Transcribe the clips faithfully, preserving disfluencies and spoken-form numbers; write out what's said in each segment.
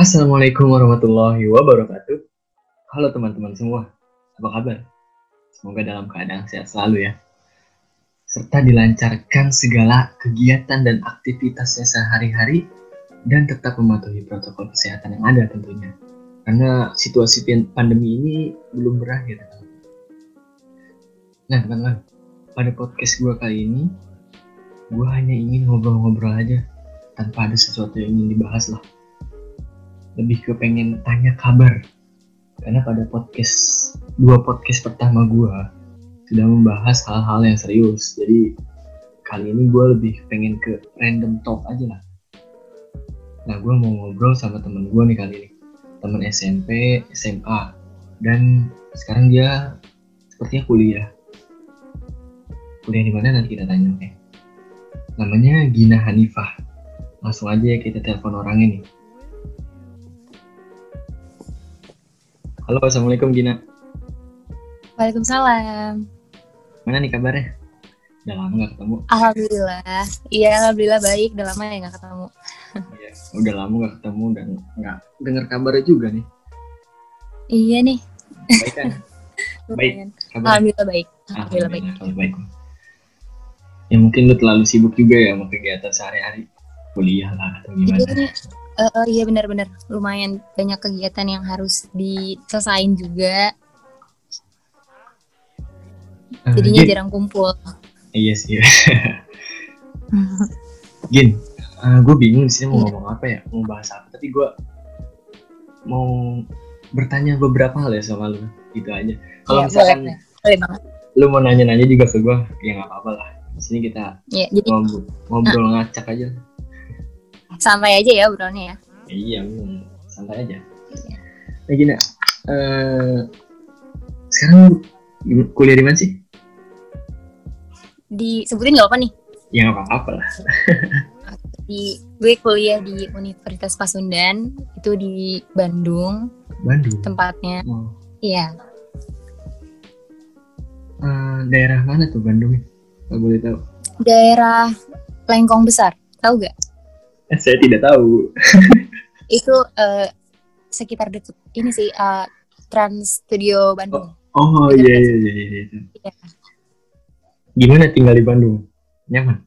Assalamualaikum warahmatullahi wabarakatuh. Halo teman-teman semua, apa kabar? Semoga dalam keadaan sehat selalu ya. Serta dilancarkan segala kegiatan dan aktivitasnya sehari-hari dan tetap mematuhi protokol kesehatan yang ada tentunya. Karena situasi pandemi ini belum berakhir. Nah teman-teman, pada podcast gue kali ini, gue hanya ingin ngobrol-ngobrol aja tanpa ada sesuatu yang ingin dibahas lah. Lebih ke pengen tanya kabar, karena pada podcast dua podcast pertama gue sudah membahas hal-hal yang serius. Jadi kali ini gue lebih pengen ke random talk aja lah. Nah gue mau ngobrol sama temen gue nih kali ini, temen S M P, S M A, dan sekarang dia sepertinya kuliah. Kuliah di mana nanti kita tanya. Eh. Namanya Gina Hanifah. Langsung aja kita telepon orangnya nih. Halo, assalamualaikum Gina. Waalaikumsalam. Mana nih kabarnya? Udah lama gak ketemu. Alhamdulillah. Iya, alhamdulillah baik. Udah lama ya gak ketemu. Iya, udah lama gak ketemu dan gak dengar kabarnya juga nih. Iya nih. Baik kan? Baik. Kabarnya? Alhamdulillah baik. Alhamdulillah baik. Alhamdulillah baik. Ya mungkin lu terlalu sibuk juga ya sama kegiatan sehari-hari. Kuliah lah atau gimana. Iya, uh, iya benar-benar. Lumayan banyak kegiatan yang harus diselesain juga. Jadinya uh, jarang kumpul. Iya sih. Gin, uh, gue bingung di sini mau yeah. ngomong apa ya, mau bahas apa. Tapi gue mau bertanya beberapa hal ya sama lu, gitu aja. Kalau yeah, misalkan boleh, boleh banget. Lu mau nanya-nanya juga ke gue, ya nggak apa-apa lah. Di sini kita yeah, jadi, ngobrol, ngobrol uh, ngacak aja. Santai aja ya obrolannya ya. Iya, santai aja. Yeah. Nah Gina, uh, sekarang kuliah di mana sih? Disebutin nggak apa nih? Ya nggak apa-apa lah. Di gue kuliah di Universitas Pasundan, itu di Bandung. Bandung. Tempatnya. Oh. Iya. Uh, daerah mana tuh Bandung? Kalau boleh tahu. Daerah Lengkong Besar, tahu gak? Eh, saya tidak tahu. Itu uh, sekitar deket ini sih uh, Trans Studio Bandung. Oh, oh iya iya iya iya. Iya. Gimana tinggal di Bandung? Nyaman?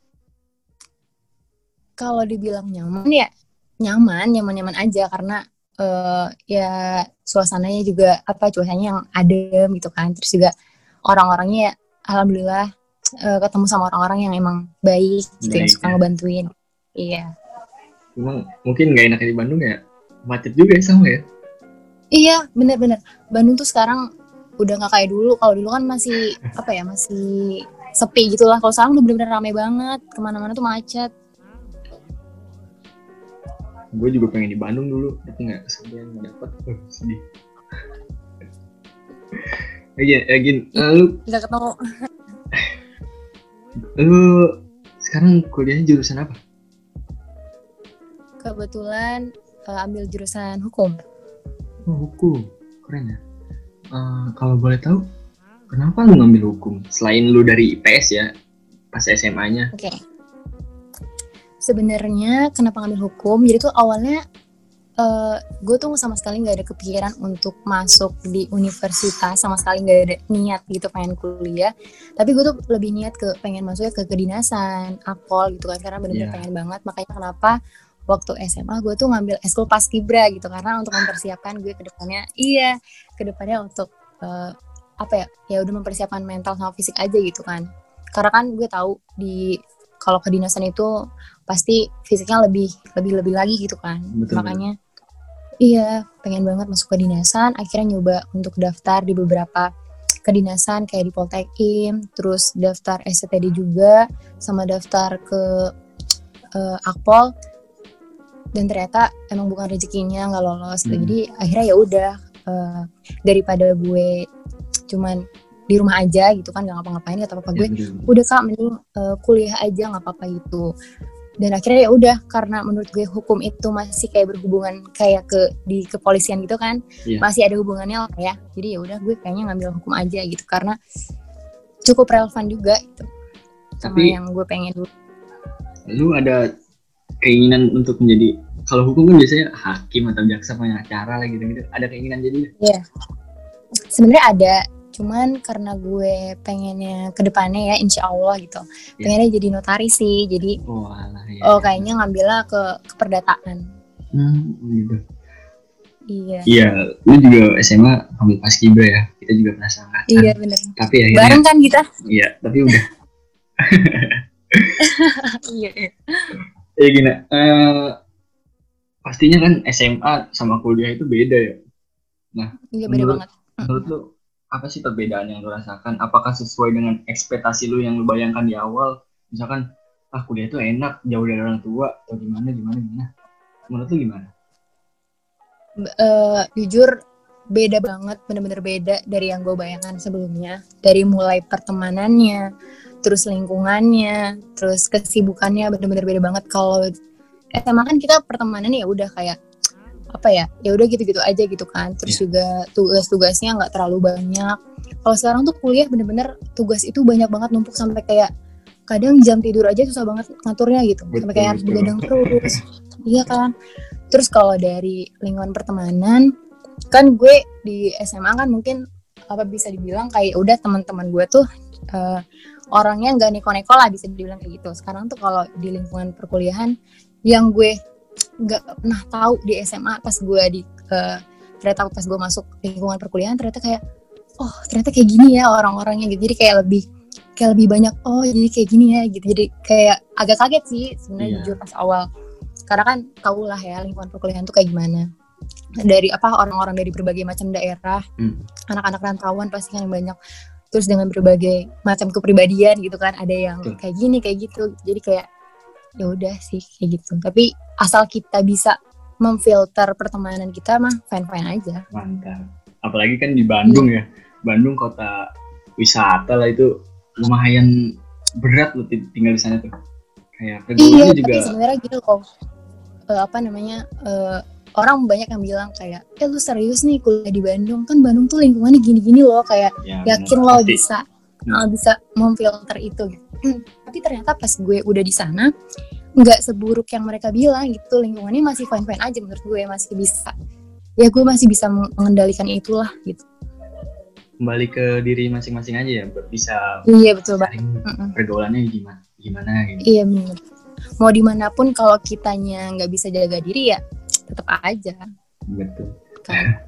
Kalau dibilang nyaman ya nyaman, nyaman-nyaman aja karena uh, ya suasananya juga apa cuacanya yang adem gitu kan. Terus juga orang-orangnya ya, alhamdulillah uh, ketemu sama orang-orang yang emang baik gitu, baik, yang suka ya. Ngebantuin. Iya. Emang mungkin nggak enak di Bandung ya? Macet juga ya sama ya? Iya, benar-benar. Bandung tuh sekarang udah nggak kayak dulu. Kalau dulu kan masih apa ya, masih sepi gitu lah. Kalau sekarang udah benar-benar ramai banget. Kemana-mana tuh macet. Gue juga pengen di Bandung dulu, tapi nggak kesampaian, nggak dapet. Oh, sedih. Iya, Gin, uh, lu nggak ketemu. Lu sekarang kuliahnya jurusan apa? Kebetulan uh, ambil jurusan hukum. Oh, hukum, keren ya. Uh, kalau boleh tahu, kenapa lu ngambil hukum? Selain lu dari I P S ya, pas S M A-nya. Oke. Okay. Sebenarnya kenapa ngambil hukum? Jadi tuh awalnya uh, gue tuh sama sekali nggak ada kepikiran untuk masuk di universitas, sama sekali nggak ada niat gitu pengen kuliah. Tapi gue tuh lebih niat ke pengen masuknya ke kedinasan, akpol gitu kan, karena benar-benar yeah. pengen banget. Makanya kenapa waktu S M A gue tuh ngambil eskul paskibra gitu, karena untuk mempersiapkan gue ke depannya. Iya, ke depannya untuk uh, apa ya? Ya udah mempersiapkan mental sama fisik aja gitu kan. Karena kan gue tahu di kalau kedinasan itu pasti fisiknya lebih lebih lebih lagi gitu kan. Betul, makanya betul. Iya, pengen banget masuk kedinasan. Akhirnya nyoba untuk daftar di beberapa kedinasan kayak di Poltekim, terus daftar S T D juga, sama daftar ke uh, Akpol. Dan ternyata emang bukan rezekinya, nggak lolos. Hmm. Jadi akhirnya ya udah uh, daripada gue cuman di rumah aja gitu kan, nggak ngapa-ngapain, kata papa gue, ya, udah Kak mending uh, kuliah aja nggak apa-apa gitu. Dan akhirnya ya udah, karena menurut gue hukum itu masih kayak berhubungan kayak ke di kepolisian gitu kan, ya. Masih ada hubungannya lah ya. Jadi ya udah gue kayaknya ngambil hukum aja gitu karena cukup relevan juga gitu sama tapi, yang gue pengen dulu. Lu ada keinginan untuk menjadi kalau hukum kan biasanya hakim atau jaksa pengacara lah gitu-gitu. Ada keinginan jadi? Iya. Sebenarnya ada, cuman karena gue pengennya ke depannya ya insya Allah gitu. Ya. Pengennya jadi notaris sih. Jadi Oh, alah, ya, oh ya. kayaknya ngambilnya ke keperdataan. Hmm, gitu. Iya. Iya, lu juga S M A ambil paskibra ya. Kita juga pernah seangkatan. Iya benar. Tapi akhirnya bareng kan kita? Iya, tapi udah. Iya. Ya gini, uh, pastinya kan S M A sama kuliah itu beda ya. Nah, Iya beda menurut, banget. menurut lu apa sih perbedaan yang lu rasakan? Apakah sesuai dengan ekspektasi lu yang lu bayangkan di awal? Misalkan, ah kuliah itu enak, jauh dari orang tua, atau gimana, gimana, gimana? Menurut lu gimana? Uh, jujur beda banget, bener-bener beda dari yang gue bayangkan sebelumnya. Dari mulai pertemanannya, terus lingkungannya, terus kesibukannya bener-bener beda banget. Kalau S M A kan kita pertemanannya ya udah kayak apa ya, ya udah gitu-gitu aja gitu kan. Terus yeah. juga tugas-tugasnya nggak terlalu banyak. Kalau sekarang tuh kuliah bener-bener tugas itu banyak banget, numpuk sampai kayak kadang jam tidur aja susah banget ngaturnya gitu. Betul, sampai kayak harus begadang terus. Iya kan. Terus kalau dari lingkungan pertemanan, kan gue di S M A kan mungkin apa bisa dibilang kayak udah teman-teman gue tuh uh, orangnya nggak neko-neko lah, bisa dibilang kayak gitu. Sekarang tuh kalau di lingkungan perkuliahan yang gue nggak pernah tahu di S M A, pas gue di uh, ternyata pas gue masuk lingkungan perkuliahan ternyata kayak oh ternyata kayak gini ya orang-orangnya gitu. Jadi kayak lebih kayak lebih banyak oh jadi kayak gini ya gitu. Jadi kayak agak kaget sih sebenarnya yeah. jujur pas awal. Karena kan tau lah ya lingkungan perkuliahan tuh kayak gimana. Dari apa orang-orang dari berbagai macam daerah, hmm. anak-anak rantauan pasti kan banyak. Terus dengan berbagai macam kepribadian gitu kan, ada yang Tuh. kayak gini kayak gitu. Jadi kayak ya udah sih kayak gitu. Tapi asal kita bisa memfilter pertemanan kita mah fine-fine aja. Mantap. Apalagi kan di Bandung hmm. ya. Bandung kota wisata lah, itu lumayan berat loh tinggal di sana tuh. Kayak iya, juga. Tapi sebenarnya gitu kok. Uh, apa namanya uh, orang banyak yang bilang kayak eh lu serius nih kuliah di Bandung, kan Bandung tuh lingkungannya gini-gini loh, kayak ya, yakin lo bisa hmm. uh, bisa memfilter itu gitu. Hmm, tapi ternyata pas gue udah di sana nggak seburuk yang mereka bilang gitu, lingkungannya masih fine-fine aja menurut gue, masih bisa ya gue masih bisa mengendalikan itulah gitu. Kembali ke diri masing-masing aja ya, bisa iya betul banget pergaulannya gimana gimana gitu. Iya benar. Mau dimanapun kalau kitanya nggak bisa jaga diri ya tetap aja. Betul. Kan.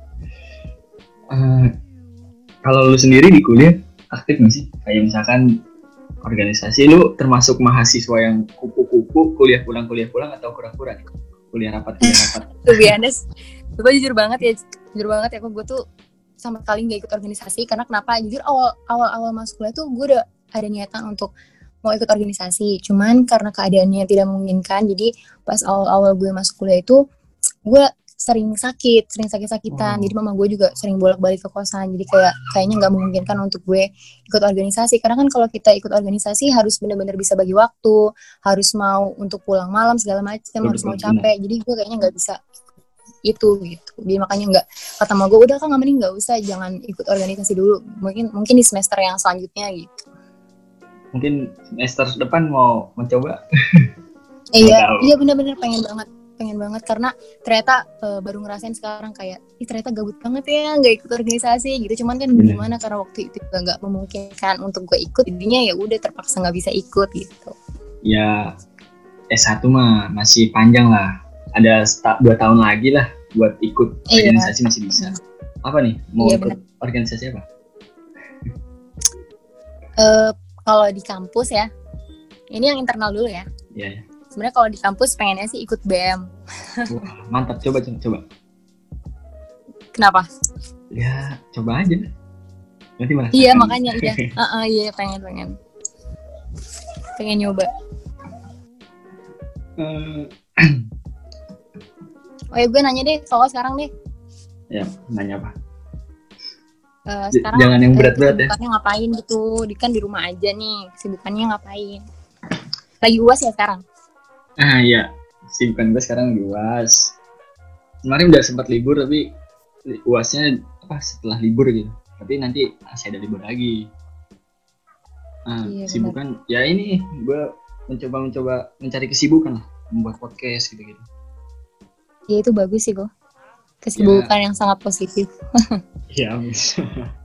uh, kalau lu sendiri di kuliah aktif nggak sih? Kayak misalkan organisasi, lu termasuk mahasiswa yang kupu-kupu kuliah pulang kuliah pulang atau kura-kura? Kuliah rapat kuliah rapat. To be honest, gue jujur banget ya, jujur banget ya, kok gue tuh sama sekali nggak ikut organisasi. Karena kenapa? Jujur awal awal awal masuk kuliah tuh gue udah ada niatan untuk mau ikut organisasi, cuman karena keadaannya tidak memungkinkan, jadi pas awal-awal gue masuk kuliah itu gue sering sakit, sering sakit-sakitan, oh. jadi mama gue juga sering bolak-balik ke kosan, jadi kayak kayaknya nggak memungkinkan untuk gue ikut organisasi, karena kan kalau kita ikut organisasi harus benar-benar bisa bagi waktu, harus mau untuk pulang malam segala macam, harus mau capek, jadi gue kayaknya nggak bisa itu gitu, jadi makanya nggak, kata mama gue udah kan nggak, mending nggak usah, jangan ikut organisasi dulu, mungkin mungkin di semester yang selanjutnya gitu. Mungkin semester depan mau mencoba. Iya, iya benar-benar pengen banget, pengen banget karena ternyata uh, baru ngerasain sekarang kayak, ih ternyata gabut banget ya nggak ikut organisasi gitu. Cuman kan bener. Gimana karena waktu itu juga nggak memungkinkan untuk gue ikut, jadinya ya udah terpaksa nggak bisa ikut gitu. Ya S satu mah masih panjang lah, ada sta- dua tahun lagi lah buat ikut iya. Organisasi masih bisa. Apa nih mau iya, ikut bener. Organisasi apa? Uh, Kalau di kampus ya, ini yang internal dulu ya. Iya. Yeah. Sebenarnya kalau di kampus pengennya sih ikut B E M. Wah, mantap, coba coba. Kenapa? Ya, coba aja. Nanti merasakan. Iya, makanya iya. Uh-uh, iya, pengen pengen. Pengen nyoba. Uh... oh ya, gue nanya deh, soal sekarang deh. Ya, nanya apa? Uh, sekarang jangan yang berat-berat ya. Kesibukannya ngapain gitu? Di kan di rumah aja nih. Kesibukannya ngapain? Lagi U A S ya sekarang? Ah iya, kesibukan gue sekarang lagi U A S. Kemarin udah sempat libur tapi U A S-nya apa setelah libur gitu. Tapi nanti masih ada libur lagi. Ah, iya, kesibukan benar. Ya ini gue mencoba-mencoba mencari kesibukan lah, membuat podcast gitu-gitu. Ya itu bagus sih kok. Kesibukan yang sangat positif. Ya, bisa.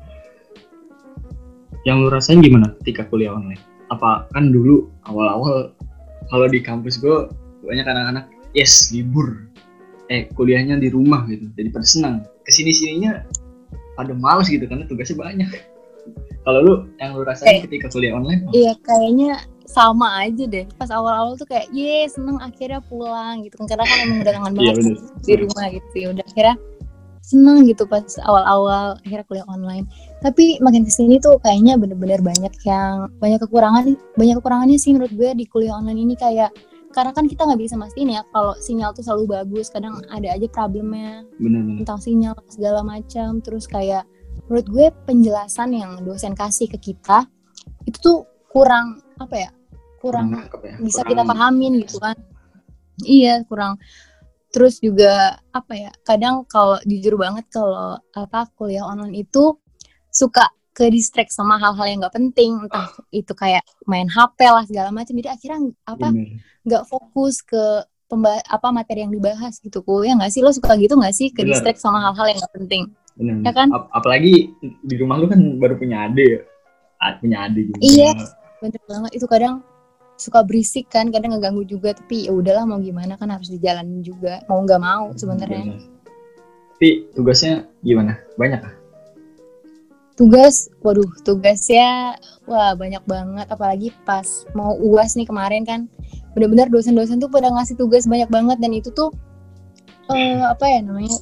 Yang lu rasain gimana ketika kuliah online? Apa kan dulu awal-awal kalau di kampus gue banyak anak-anak yes libur, eh kuliahnya di rumah gitu, jadi pada senang. Kesini-sininya pada males gitu karena tugasnya banyak. Kalau lu yang lu rasain Kayak- ketika kuliah online? Iya kayaknya sama aja deh. Pas awal-awal tuh kayak ye seneng akhirnya pulang gitu. Karena kan emang udah kangen Iya banget bener. di rumah gitu. Ya udah akhirnya seneng gitu pas awal-awal akhirnya kuliah online. Tapi makin kesini tuh kayaknya bener-bener banyak yang banyak kekurangan, banyak kekurangannya sih menurut gue di kuliah online ini kayak karena kan kita nggak bisa mastiin ya kalau sinyal tuh selalu bagus, kadang ada aja problemnya Bener-bener. tentang sinyal segala macam. Terus kayak menurut gue penjelasan yang dosen kasih ke kita itu tuh kurang apa ya, kurang, Kurang nangkep ya. bisa Kurang- kita pahamin gitu kan. Iya kurang. Terus juga apa ya, kadang kalau jujur banget kalau apa kuliah online itu suka ke distract sama hal-hal yang nggak penting, entah itu kayak main H P lah segala macam. Jadi akhirnya apa Bener. nggak fokus ke pemba- apa materi yang dibahas gitu. Kuliah nggak sih, lo suka gitu nggak sih ke Bener. distract sama hal-hal yang nggak penting? Bener. Ya kan? Ap- apalagi di rumah lu kan baru punya adik ya. Ah, punya adik juga. Iya. Bener banget, itu kadang suka berisik kan, kadang ngeganggu juga, tapi ya udahlah mau gimana kan harus dijalanin juga, mau nggak mau sebenarnya. Bener. Tapi tugasnya gimana? Banyak kah? Tugas, waduh tugasnya wah banyak banget, apalagi pas mau U A S nih kemarin kan, benar-benar dosen-dosen tuh pada ngasih tugas banyak banget dan itu tuh eh, apa ya namanya,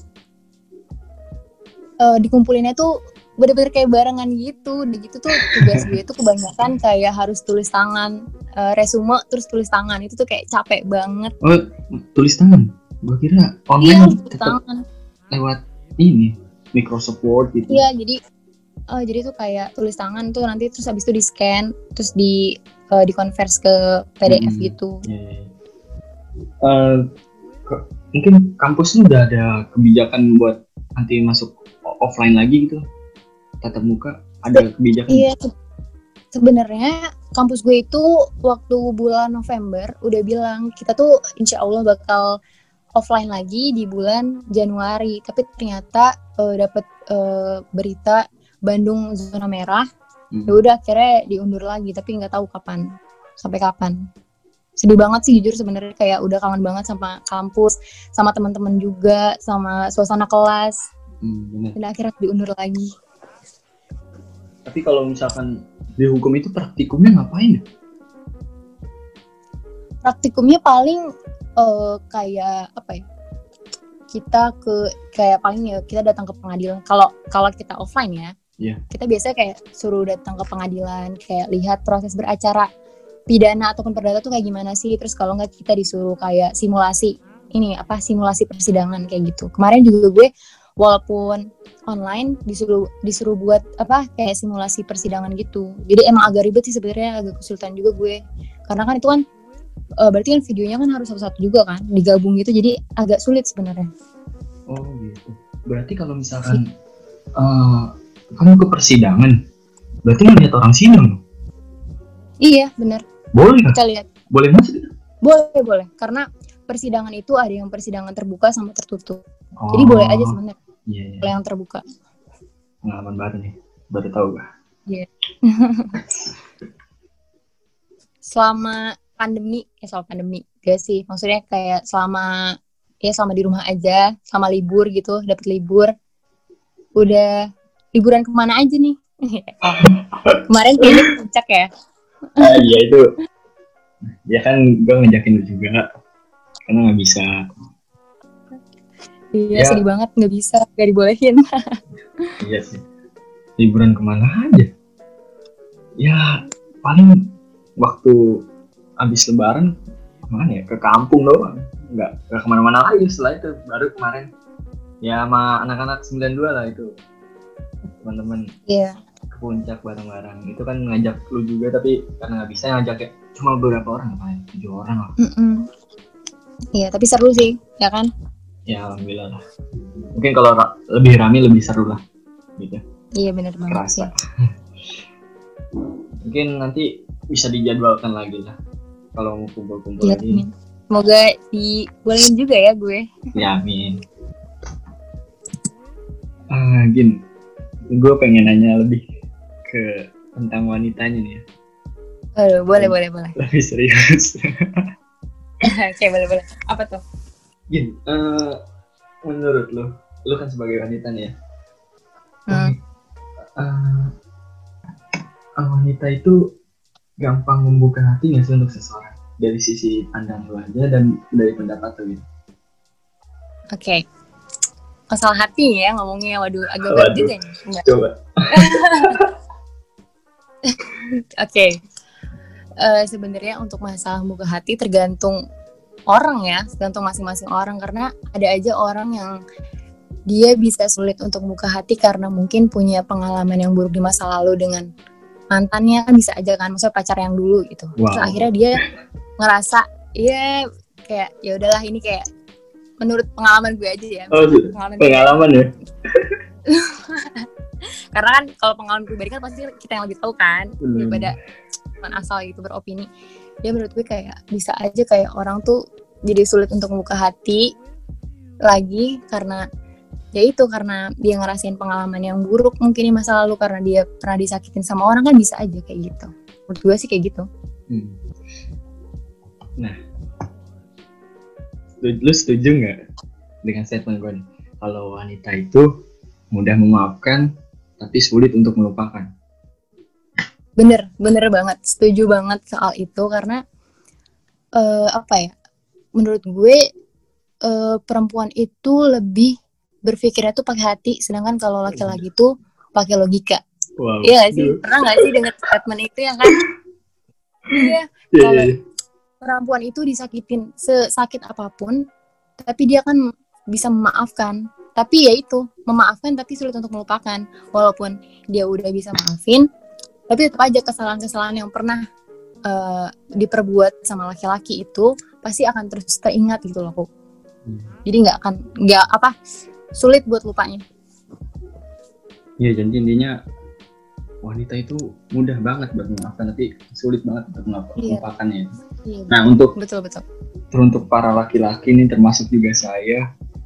eh, dikumpulinnya tuh bener-bener kayak barengan gitu. Dan gitu tuh tugas gue tuh kebanyakan kayak harus tulis tangan, eh, resume terus tulis tangan, itu tuh kayak capek banget. Oh, tulis tangan. Gua kira Iya online tulis tetap tangan. lewat ini Microsoft Word gitu. Iya jadi eh, jadi tuh kayak tulis tangan tuh nanti terus habis itu di scan terus di eh, dikonvers ke P D F Hmm. gitu. Ya, ya, ya. Eh, ke- mungkin kampus lu udah ada kebijakan buat nanti masuk o- offline lagi gitu, tatap muka, ada kebijakan? Iya se- sebenarnya kampus gue itu waktu bulan November udah bilang kita tuh insya Allah bakal offline lagi di bulan Januari, tapi ternyata eh, dapat eh, berita Bandung zona merah. Hmm. Ya udah akhirnya diundur lagi, tapi nggak tahu kapan, sampai kapan. Sedih banget sih jujur sebenarnya, kayak udah kangen banget sama kampus, sama teman-teman juga, sama suasana kelas. Hmm, bener. Dan akhirnya diundur lagi. Tapi kalau misalkan di hukum itu praktikumnya ngapain ya? Praktikumnya paling eh, kayak apa ya? Kita ke kayak paling ya kita datang ke pengadilan. Kalau kalau kita offline ya, Iya. kita biasanya kayak suruh datang ke pengadilan, kayak lihat proses beracara pidana ataupun perdata tuh kayak gimana sih. Terus kalau nggak kita disuruh kayak simulasi ini apa simulasi persidangan kayak gitu. Kemarin juga gue walaupun online disuruh disuruh buat apa kayak simulasi persidangan gitu. Jadi emang agak ribet sih sebenarnya, agak kesulitan juga gue. Karena kan itu kan uh, berarti kan videonya kan harus satu-satu juga kan digabung gitu, jadi agak sulit sebenarnya. Oh gitu. Berarti kalau misalkan uh, kamu ke persidangan, berarti ngeliat orang sidang dong? Iya benar. Boleh nggak? Kita lihat. Boleh masuk? Boleh boleh. Karena persidangan itu ada yang persidangan terbuka sama tertutup. Oh, Jadi boleh aja sebenarnya. Iya, iya. Kalau yang terbuka. Pengalaman baru nih, baru tahu gak? Iya. Selama pandemi, ya selama pandemi, gak sih. Maksudnya kayak selama ya selama di rumah aja, selama libur gitu, dapet libur. Udah liburan kemana aja nih? Oh, kemarin kayaknya ke puncak ya. Ah, iya itu. Ya kan gue ngajakin lu juga, karena nggak bisa. Iya Ya. sedih banget nggak bisa, nggak dibolehin. Iya sih. Liburan kemana aja? Ya paling waktu habis lebaran kemana ya? Ke kampung doang. Nggak, nggak kemana-mana lagi setelah itu. Baru kemarin ya sama anak-anak sembilan dua lah itu. Teman-teman Iya. ke puncak bareng-bareng. Itu kan ngajak lu juga, tapi karena nggak bisa ngajak ya cuma beberapa orang, kayak tujuh orang lah. Mm-mm. Iya tapi seru sih, ya kan? Ya alhamdulillah lah. Mungkin kalau ra- lebih rame lebih seru lah gitu. Iya benar banget sih. Kerasa. Mungkin nanti bisa dijadwalkan lagi lah kalau mau kumpul-kumpul Iya lagi. amin. Semoga dibolehin juga ya gue. Ya amin. Ah, Gin, gue pengen nanya lebih ke tentang wanitanya nih ya. Aduh, boleh, boleh, boleh. Lebih serius. Oke, boleh, boleh. Apa tuh? Gin, uh, menurut lo, lo kan sebagai wanita nih ya. Hmm. Uh, wanita itu gampang membuka hati nggak sih untuk seseorang? Dari sisi pandang lo aja dan dari pendapat lo gitu. Oke. Okay. Masalah hati ya ngomongnya, waduh agak berat juga nih. Enggak. Coba. Oke. Okay. Uh, sebenarnya untuk masalah buka hati tergantung orang ya, tergantung masing-masing orang, karena ada aja orang yang dia bisa sulit untuk buka hati karena mungkin punya pengalaman yang buruk di masa lalu dengan mantannya, kan bisa aja kan, maksudnya pacar yang dulu gitu. Wow. Terus akhirnya dia ngerasa iya kayak ya udahlah ini kayak menurut pengalaman gue aja ya. Oh, pengalaman, pengalaman ya. Karena kan kalau pengalaman pribadi kan pasti kita yang lebih tahu kan hmm. daripada teman asal gitu beropini. Ya menurut gue kayak bisa aja kayak orang tuh jadi sulit untuk membuka hati lagi karena ya itu karena dia ngerasain pengalaman yang buruk mungkin di masa lalu, karena dia pernah disakitin sama orang, kan bisa aja kayak gitu. Menurut gue sih kayak gitu. Hmm. Nah, lu setuju nggak dengan statement gue nih? Kalau wanita itu mudah memaafkan tapi sulit untuk melupakan. Bener, bener banget. Setuju banget soal itu karena uh, apa ya? Menurut gue uh, perempuan itu lebih berpikirnya tuh pakai hati, sedangkan kalau laki-laki tuh pakai logika. Wow. Iya nggak sih? Pernah nggak sih dengar statement itu ya kan? Iya. Yeah, kalau yeah. perempuan itu disakitin sesakit apapun, tapi dia kan bisa memaafkan. Tapi ya itu, memaafkan tapi sulit untuk melupakan. Walaupun dia udah bisa maafin, tapi tetap aja kesalahan-kesalahan yang pernah uh, diperbuat sama laki-laki itu pasti akan terus teringat gitu loh. Hmm. Jadi nggak akan, nggak apa, sulit buat lupanya. Iya, jadi intinya wanita itu mudah banget buat memaafkan, tapi sulit banget untuk melupakannya. Iya, nah, untuk betul betul. Untuk para laki-laki ini termasuk juga saya,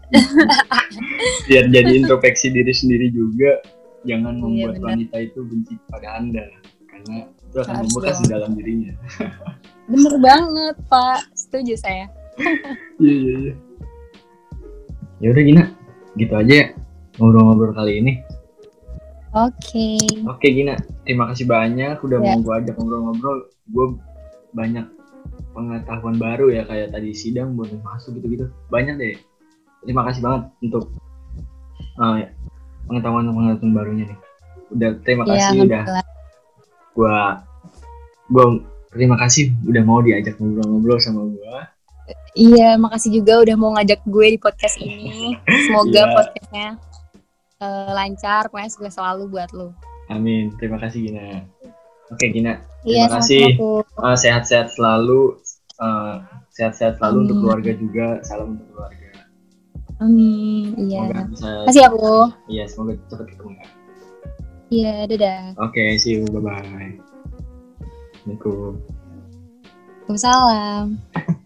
biar jadi introspeksi diri sendiri juga, jangan membuat iya, wanita itu benci pada Anda, karena itu akan harus membekas di dalam dirinya. Bener banget, Pak. Setuju saya. Iya iya iya. Ya udah Gina, gitu aja ya ngobrol-ngobrol kali ini. Oke. Okay. Oke Gina, terima kasih banyak udah yeah. mau gue ajak ngobrol-ngobrol. Gue banyak pengetahuan baru ya, kayak tadi sidang boleh masuk gitu-gitu. Banyak deh. Terima kasih banget untuk uh, pengetahuan-pengetahuan barunya nih. Udah terima kasih yeah, udah. Gue gue terima kasih udah mau diajak ngobrol-ngobrol sama gue. Iya, makasih juga udah mau ngajak gue di podcast ini. Semoga yeah. podcastnya Uh, lancar, pokoknya sukses selalu buat lo. Amin, terima kasih Gina. Oke Gina, terima ya, kasih. Uh, sehat-sehat selalu, uh, sehat-sehat selalu Amin. Untuk keluarga juga. Salam untuk keluarga. Amin. Iya. Terima kasih aku. Iya, semoga cepat ketemu ya. Iya, dadah. Oke, okay, see you, bye bye. Assalamualaikum. Waalaikumsalam.